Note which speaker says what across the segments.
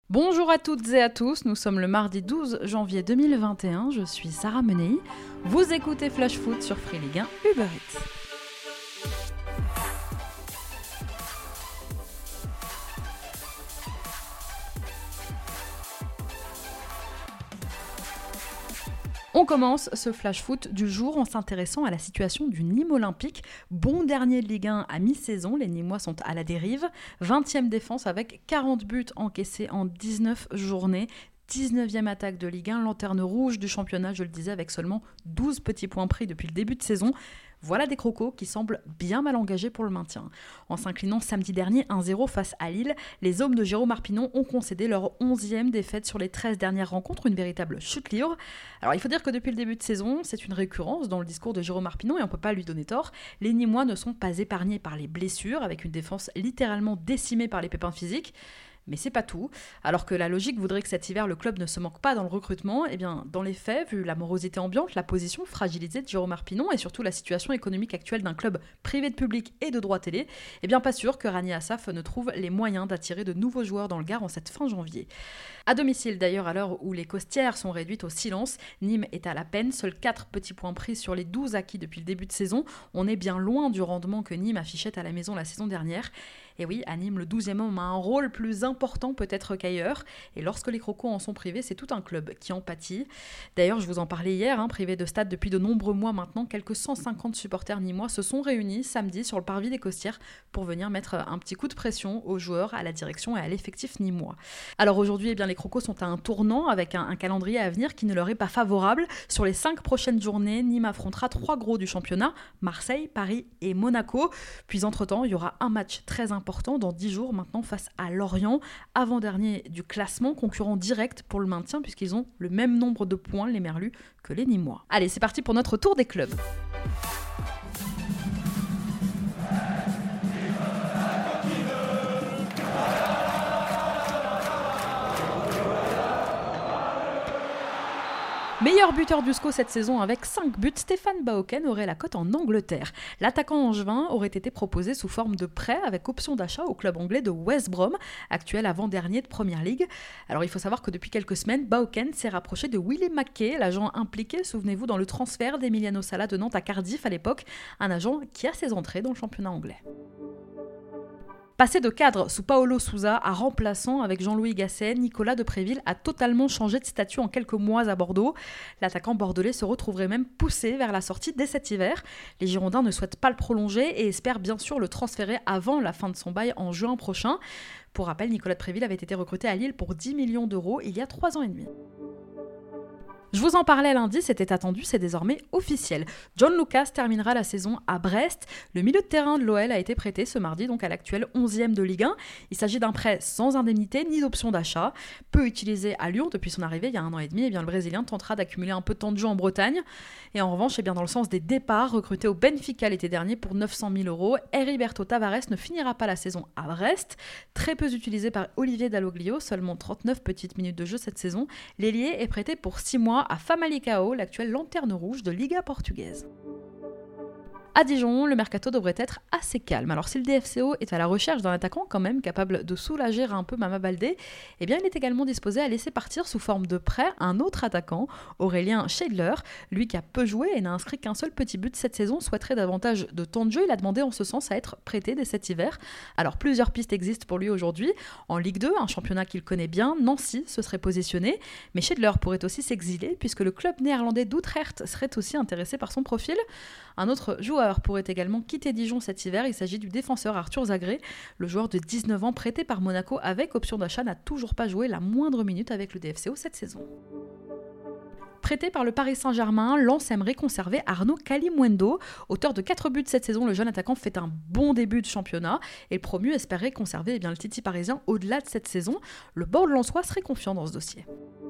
Speaker 1: Bonjour à toutes et à tous, nous sommes le mardi 12 janvier 2021, je suis Sarah Menei. Vous écoutez Flash Foot sur Free Ligue 1 Uber Eats. On commence ce flash foot du jour en s'intéressant à la situation du Nîmes Olympique. Bon dernier de Ligue 1 à mi-saison, les Nîmois sont à la dérive. 20e défense avec 40 buts encaissés en 19 journées. 19e attaque de Ligue 1, lanterne rouge du championnat, je le disais, avec seulement 12 petits points pris depuis le début de saison. Voilà des crocos qui semblent bien mal engagés pour le maintien. En s'inclinant samedi dernier 1-0 face à Lille, les hommes de Jérôme Arpinon ont concédé leur 11e défaite sur les 13 dernières rencontres, une véritable chute libre. Alors il faut dire que depuis le début de saison, c'est une récurrence dans le discours de Jérôme Arpinon et on ne peut pas lui donner tort. Les Nîmois ne sont pas épargnés par les blessures, avec une défense littéralement décimée par les pépins physiques. Mais c'est pas tout. Alors que la logique voudrait que cet hiver le club ne se manque pas dans le recrutement, eh bien dans les faits, vu la morosité ambiante, la position fragilisée de Jérôme Arpinon et surtout la situation économique actuelle d'un club privé de public et de droit télé, eh bien pas sûr que Rani Assaf ne trouve les moyens d'attirer de nouveaux joueurs dans le Gard en cette fin janvier. À domicile d'ailleurs, à l'heure où les costières sont réduites au silence, Nîmes est à la peine, seuls 4 petits points pris sur les 12 acquis depuis le début de saison. On est bien loin du rendement que Nîmes affichait à la maison la saison dernière. Et oui, à Nîmes, le 12e homme a un rôle plus important peut-être qu'ailleurs. Et lorsque les crocos en sont privés, c'est tout un club qui en pâtit. D'ailleurs, je vous en parlais hier, privés de stade depuis de nombreux mois maintenant, quelques 150 supporters nîmois se sont réunis samedi sur le parvis des Costières pour venir mettre un petit coup de pression aux joueurs, à la direction et à l'effectif nîmois. Alors aujourd'hui, les crocos sont à un tournant avec un calendrier à venir qui ne leur est pas favorable. Sur les 5 prochaines journées, Nîmes affrontera 3 gros du championnat, Marseille, Paris et Monaco. Puis entre-temps, il y aura un match très important dans 10 jours maintenant face à Lorient, avant-dernier du classement, concurrent direct pour le maintien puisqu'ils ont le même nombre de points, les Merlus, que les Nîmois. Allez, c'est parti pour notre tour des clubs. Meilleur buteur du SCO cette saison avec 5 buts, Stéphane Baoken aurait la cote en Angleterre. L'attaquant angevin aurait été proposé sous forme de prêt avec option d'achat au club anglais de West Brom, actuel avant-dernier de Premier League. Alors il faut savoir que depuis quelques semaines, Baoken s'est rapproché de Willie McKay, l'agent impliqué, souvenez-vous, dans le transfert d'Emiliano Sala de Nantes à Cardiff à l'époque, un agent qui a ses entrées dans le championnat anglais. Passé de cadre sous Paolo Sousa à remplaçant avec Jean-Louis Gasset, Nicolas Depréville a totalement changé de statut en quelques mois à Bordeaux. L'attaquant bordelais se retrouverait même poussé vers la sortie dès cet hiver. Les Girondins ne souhaitent pas le prolonger et espèrent bien sûr le transférer avant la fin de son bail en juin prochain. Pour rappel, Nicolas Depréville avait été recruté à Lille pour 10 millions d'euros il y a 3 ans et demi. Je vous en parlais lundi, c'était attendu, c'est désormais officiel. John Lucas terminera la saison à Brest. Le milieu de terrain de l'OL a été prêté ce mardi, donc à l'actuel 11e de Ligue 1. Il s'agit d'un prêt sans indemnité ni d'option d'achat. Peu utilisé à Lyon depuis son arrivée il y a 1 an et demi, le Brésilien tentera d'accumuler un peu de temps de jeu en Bretagne. Et en revanche, dans le sens des départs, recruté au Benfica l'été dernier pour 900 000 €, Heriberto Tavares ne finira pas la saison à Brest. Très peu utilisé par Olivier Dalloglio, seulement 39 petites minutes de jeu cette saison. L'ailier est prêté pour 6 mois à Famalicão, l'actuelle lanterne rouge de Liga portugaise. À Dijon, le mercato devrait être assez calme. Alors si le DFCO est à la recherche d'un attaquant quand même capable de soulager un peu Mama Baldé, il est également disposé à laisser partir sous forme de prêt un autre attaquant, Aurélien Scheidler. Lui qui a peu joué et n'a inscrit qu'un seul petit but cette saison, souhaiterait davantage de temps de jeu. Il a demandé en ce sens à être prêté dès cet hiver. Alors plusieurs pistes existent pour lui aujourd'hui. En Ligue 2, un championnat qu'il connaît bien, Nancy se serait positionné, mais Scheidler pourrait aussi s'exiler puisque le club néerlandais d'Utrecht serait aussi intéressé par son profil. Un autre joueur pourrait également quitter Dijon cet hiver, il s'agit du défenseur Arthur Zagré. Le joueur de 19 ans prêté par Monaco avec option d'achat n'a toujours pas joué la moindre minute avec le DFCO cette saison. Prêté par le Paris Saint-Germain, Lens aimerait conserver Arnaud Kalimuendo. Auteur de 4 buts cette saison, le jeune attaquant fait un bon début de championnat et le promu espérait conserver le Titi parisien au-delà de cette saison. Le board lensois serait confiant dans ce dossier.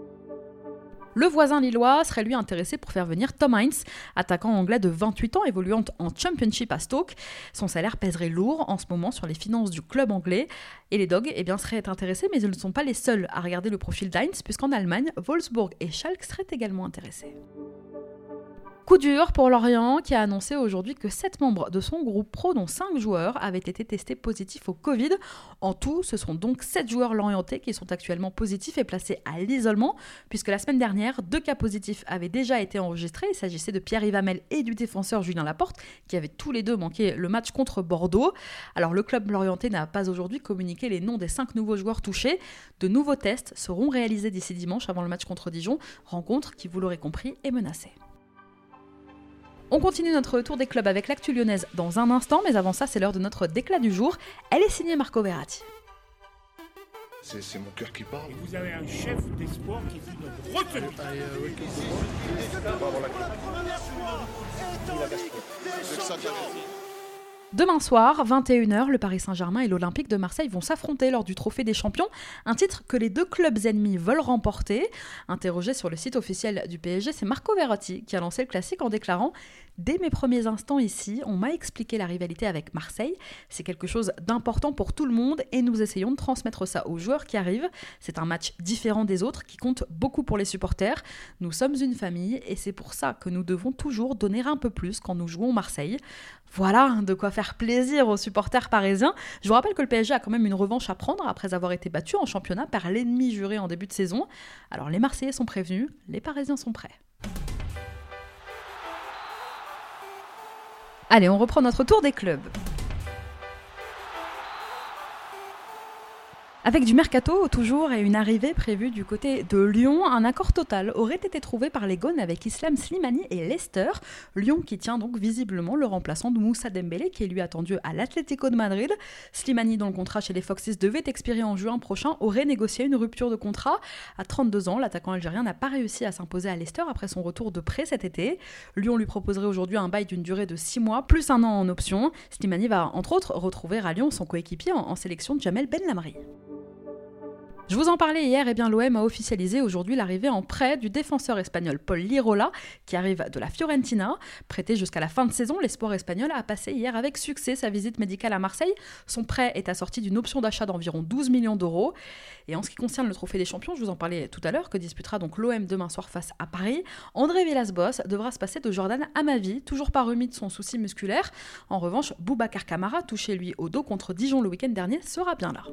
Speaker 1: Le voisin lillois serait lui intéressé pour faire venir Tom Heinz, attaquant anglais de 28 ans évoluant en Championship à Stoke. Son salaire pèserait lourd en ce moment sur les finances du club anglais. Et les Dogs seraient intéressés, mais ils ne sont pas les seuls à regarder le profil d'Heinz, puisqu'en Allemagne, Wolfsburg et Schalke seraient également intéressés. Coup dur pour Lorient qui a annoncé aujourd'hui que 7 membres de son groupe pro, dont 5 joueurs, avaient été testés positifs au Covid. En tout, ce sont donc 7 joueurs lorientais qui sont actuellement positifs et placés à l'isolement, puisque la semaine dernière, 2 cas positifs avaient déjà été enregistrés. Il s'agissait de Pierre-Yves Hamel et du défenseur Julien Laporte, qui avaient tous les deux manqué le match contre Bordeaux. Alors le club lorientais n'a pas aujourd'hui communiqué les noms des 5 nouveaux joueurs touchés. De nouveaux tests seront réalisés d'ici dimanche avant le match contre Dijon, rencontre qui, vous l'aurez compris, est menacée. On continue notre tour des clubs avec l'actu lyonnaise dans un instant, mais avant ça, c'est l'heure de notre déclat du jour. Elle est signée Marco Verratti.
Speaker 2: C'est mon cœur qui parle.
Speaker 3: Et vous avez un chef d'espoir qui est une retenue.
Speaker 1: Demain soir, 21h, le Paris Saint-Germain et l'Olympique de Marseille vont s'affronter lors du Trophée des Champions, un titre que les deux clubs ennemis veulent remporter. Interrogé sur le site officiel du PSG, c'est Marco Verratti qui a lancé le classique en déclarant « Dès mes premiers instants ici, on m'a expliqué la rivalité avec Marseille. C'est quelque chose d'important pour tout le monde et nous essayons de transmettre ça aux joueurs qui arrivent. C'est un match différent des autres qui compte beaucoup pour les supporters. Nous sommes une famille et c'est pour ça que nous devons toujours donner un peu plus quand nous jouons Marseille. » Voilà, de quoi faire plaisir aux supporters parisiens. Je vous rappelle que le PSG a quand même une revanche à prendre après avoir été battu en championnat par l'ennemi juré en début de saison. Alors les Marseillais sont prévenus, les Parisiens sont prêts. Allez, on reprend notre tour des clubs. Avec du mercato toujours et une arrivée prévue du côté de Lyon, un accord total aurait été trouvé par les Gones avec Islam Slimani et Leicester. Lyon qui tient donc visiblement le remplaçant de Moussa Dembélé qui est lui attendu à l'Atlético de Madrid. Slimani, dont le contrat chez les Foxes devait expirer en juin prochain, aurait négocié une rupture de contrat. À 32 ans, l'attaquant algérien n'a pas réussi à s'imposer à Leicester après son retour de prêt cet été. Lyon lui proposerait aujourd'hui un bail d'une durée de 6 mois, plus 1 an en option. Slimani va entre autres retrouver à Lyon son coéquipier en sélection de Jamel Benlamri. Je vous en parlais hier, et bien l'OM a officialisé aujourd'hui l'arrivée en prêt du défenseur espagnol Paul Lirola, qui arrive de la Fiorentina. Prêté jusqu'à la fin de saison, l'espoir espagnol a passé hier avec succès sa visite médicale à Marseille. Son prêt est assorti d'une option d'achat d'environ 12 millions d'euros. Et en ce qui concerne le Trophée des Champions, je vous en parlais tout à l'heure, que disputera donc l'OM demain soir face à Paris, André Villas-Boas devra se passer de Jordan Amavi, toujours pas remis de son souci musculaire. En revanche, Boubacar Kamara, touché lui au dos contre Dijon le week-end dernier, sera bien là.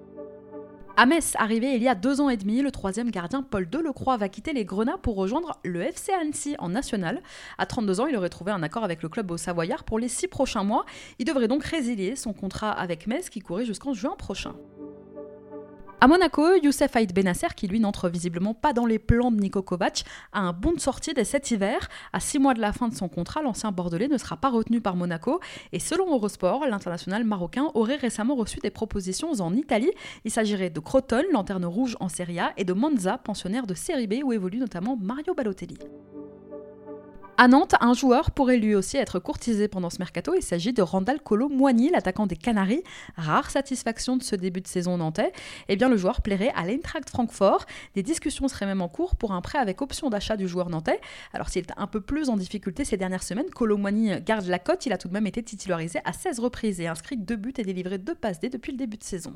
Speaker 1: À Metz, arrivé il y a 2 ans et demi, le troisième gardien Paul Delecroix va quitter les Grenats pour rejoindre le FC Annecy en national. À 32 ans, il aurait trouvé un accord avec le club au Savoyard pour les 6 prochains mois. Il devrait donc résilier son contrat avec Metz qui courait jusqu'en juin prochain. À Monaco, Youssef Aït Benasser, qui lui n'entre visiblement pas dans les plans de Niko Kovac, a un bon de sortie dès cet hiver. À 6 mois de la fin de son contrat, l'ancien Bordelais ne sera pas retenu par Monaco. Et selon Eurosport, l'international marocain aurait récemment reçu des propositions en Italie. Il s'agirait de Crotone, lanterne rouge en Serie A, et de Monza, pensionnaire de Serie B, où évolue notamment Mario Balotelli. À Nantes, un joueur pourrait lui aussi être courtisé pendant ce mercato. Il s'agit de Randal Kolo Muani, l'attaquant des Canaries. Rare satisfaction de ce début de saison nantais. Eh bien, le joueur plairait à l'Eintracht Francfort. Des discussions seraient même en cours pour un prêt avec option d'achat du joueur nantais. Alors, s'il est un peu plus en difficulté ces dernières semaines, Kolo Muani garde la cote. Il a tout de même été titularisé à 16 reprises et inscrit 2 buts et délivré 2 passes D depuis le début de saison.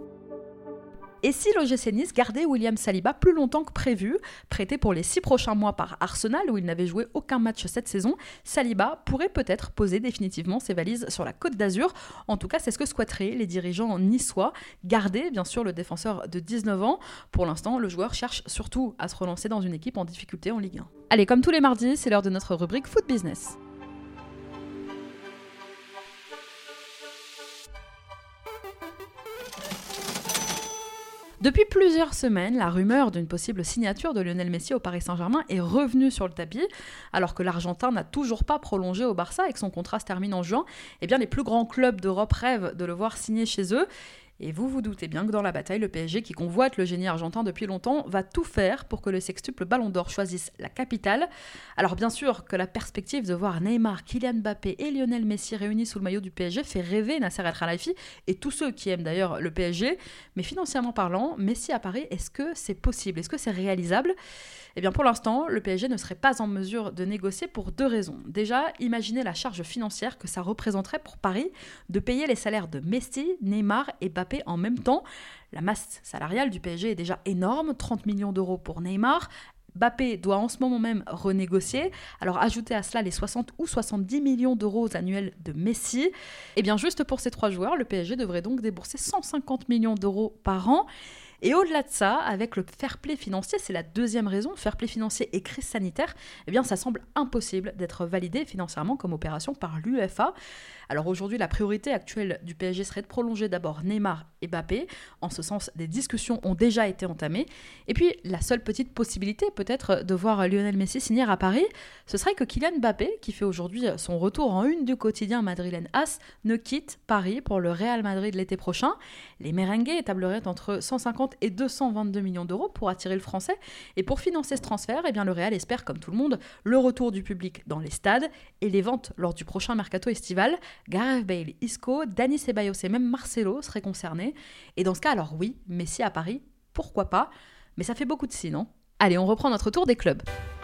Speaker 1: Et si l'OGC Nice gardait William Saliba plus longtemps que prévu, prêté pour les 6 prochains mois par Arsenal où il n'avait joué aucun match cette saison, Saliba pourrait peut-être poser définitivement ses valises sur la Côte d'Azur. En tout cas, c'est ce que souhaiteraient les dirigeants niçois. Garder, bien sûr, le défenseur de 19 ans. Pour l'instant, le joueur cherche surtout à se relancer dans une équipe en difficulté en Ligue 1. Allez, comme tous les mardis, c'est l'heure de notre rubrique Foot Business. Depuis plusieurs semaines, la rumeur d'une possible signature de Lionel Messi au Paris Saint-Germain est revenue sur le tapis. Alors que l'Argentin n'a toujours pas prolongé au Barça et que son contrat se termine en juin, eh bien les plus grands clubs d'Europe rêvent de le voir signer chez eux. Et vous vous doutez bien que dans la bataille, le PSG, qui convoite le génie argentin depuis longtemps, va tout faire pour que le sextuple Ballon d'Or choisisse la capitale. Alors bien sûr que la perspective de voir Neymar, Kylian Mbappé et Lionel Messi réunis sous le maillot du PSG fait rêver Nasser El Khelaifi et tous ceux qui aiment d'ailleurs le PSG. Mais financièrement parlant, Messi à Paris, est-ce que c'est possible ? Est-ce que c'est réalisable ? Eh bien pour l'instant, le PSG ne serait pas en mesure de négocier pour 2 raisons. Déjà, imaginez la charge financière que ça représenterait pour Paris de payer les salaires de Messi, Neymar et Mbappé en même temps. La masse salariale du PSG est déjà énorme, 30 millions d'euros pour Neymar, Mbappé doit en ce moment même renégocier. Alors ajoutez à cela les 60 ou 70 millions d'euros annuels de Messi. Et bien juste pour ces 3 joueurs, le PSG devrait donc débourser 150 millions d'euros par an. Et au-delà de ça, avec le fair play financier, c'est la deuxième raison, fair play financier et crise sanitaire, eh bien ça semble impossible d'être validé financièrement comme opération par l'UEFA. Alors aujourd'hui, la priorité actuelle du PSG serait de prolonger d'abord Neymar et Mbappé. En ce sens, des discussions ont déjà été entamées. Et puis, la seule petite possibilité peut-être de voir Lionel Messi signer à Paris, ce serait que Kylian Mbappé, qui fait aujourd'hui son retour en une du quotidien madrilène AS, ne quitte Paris pour le Real Madrid l'été prochain. Les merengues étableraient entre 150 et 222 millions d'euros pour attirer le français. Et pour financer ce transfert, eh bien, le Real espère, comme tout le monde, le retour du public dans les stades et les ventes lors du prochain mercato estival. Gareth Bale, Isco, Dani Ceballos et même Marcelo seraient concernés. Et dans ce cas, alors oui, Messi à Paris, pourquoi pas? Mais ça fait beaucoup de si, non? Allez, on reprend notre tour des clubs.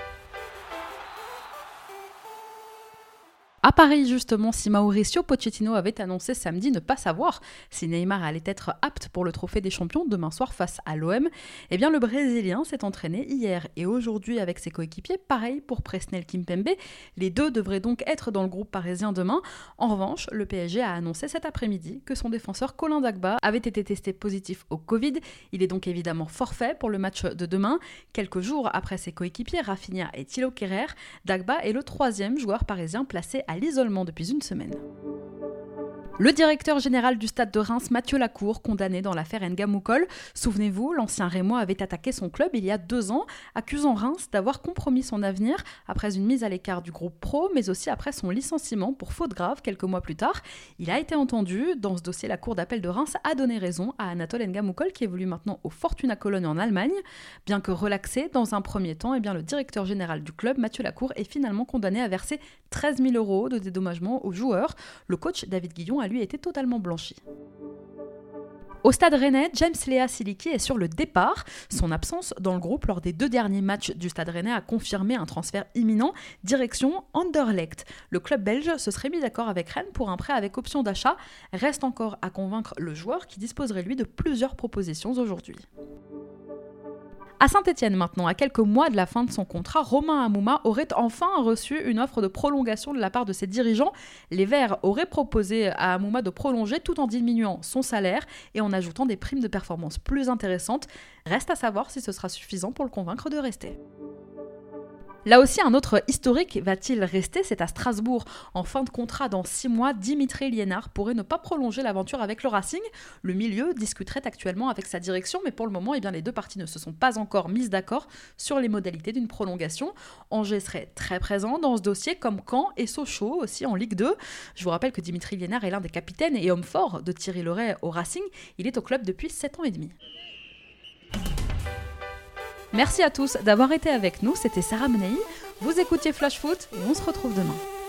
Speaker 1: À Paris, justement, si Mauricio Pochettino avait annoncé samedi ne pas savoir si Neymar allait être apte pour le trophée des champions demain soir face à l'OM, eh bien le Brésilien s'est entraîné hier et aujourd'hui avec ses coéquipiers, pareil pour Presnel Kimpembe. Les deux devraient donc être dans le groupe parisien demain. En revanche, le PSG a annoncé cet après-midi que son défenseur Colin Dagba avait été testé positif au Covid. Il est donc évidemment forfait pour le match de demain. Quelques jours après ses coéquipiers, Rafinha et Thilo Kehrer, Dagba est le 3e joueur parisien placé à l'isolement depuis une semaine. Le directeur général du Stade de Reims, Mathieu Lacour, condamné dans l'affaire Ngamoukol. Souvenez-vous, l'ancien Rémois avait attaqué son club il y a 2 ans, accusant Reims d'avoir compromis son avenir après une mise à l'écart du groupe pro, mais aussi après son licenciement pour faute grave quelques mois plus tard. Il a été entendu. Dans ce dossier, la Cour d'appel de Reims a donné raison à Anatole Ngamoukol, qui évolue maintenant au Fortuna Cologne en Allemagne. Bien que relaxé dans un premier temps, eh bien, le directeur général du club, Mathieu Lacour, est finalement condamné à verser 13 000 € de dédommagement aux joueurs. Le coach David Guillon a lui été totalement blanchi. Au Stade Rennais, James Lea Siliki est sur le départ. Son absence dans le groupe lors des 2 derniers matchs du Stade Rennais a confirmé un transfert imminent, direction Anderlecht. Le club belge se serait mis d'accord avec Rennes pour un prêt avec option d'achat. Reste encore à convaincre le joueur qui disposerait lui de plusieurs propositions aujourd'hui. À Saint-Etienne maintenant, à quelques mois de la fin de son contrat, Romain Hamouma aurait enfin reçu une offre de prolongation de la part de ses dirigeants. Les Verts auraient proposé à Hamouma de prolonger tout en diminuant son salaire et en ajoutant des primes de performance plus intéressantes. Reste à savoir si ce sera suffisant pour le convaincre de rester. Là aussi, un autre historique va-t-il rester? C'est à Strasbourg. En fin de contrat dans 6 mois, Dimitri Liénard pourrait ne pas prolonger l'aventure avec le Racing. Le milieu discuterait actuellement avec sa direction, mais pour le moment, eh bien, les 2 parties ne se sont pas encore mises d'accord sur les modalités d'une prolongation. Angers serait très présent dans ce dossier, comme Caen et Sochaux aussi en Ligue 2. Je vous rappelle que Dimitri Liénard est l'un des capitaines et hommes forts de Thierry Loret au Racing. Il est au club depuis 7 ans et demi. Merci à tous d'avoir été avec nous, c'était Sarah Menei. Vous écoutiez Flash Foot et on se retrouve demain.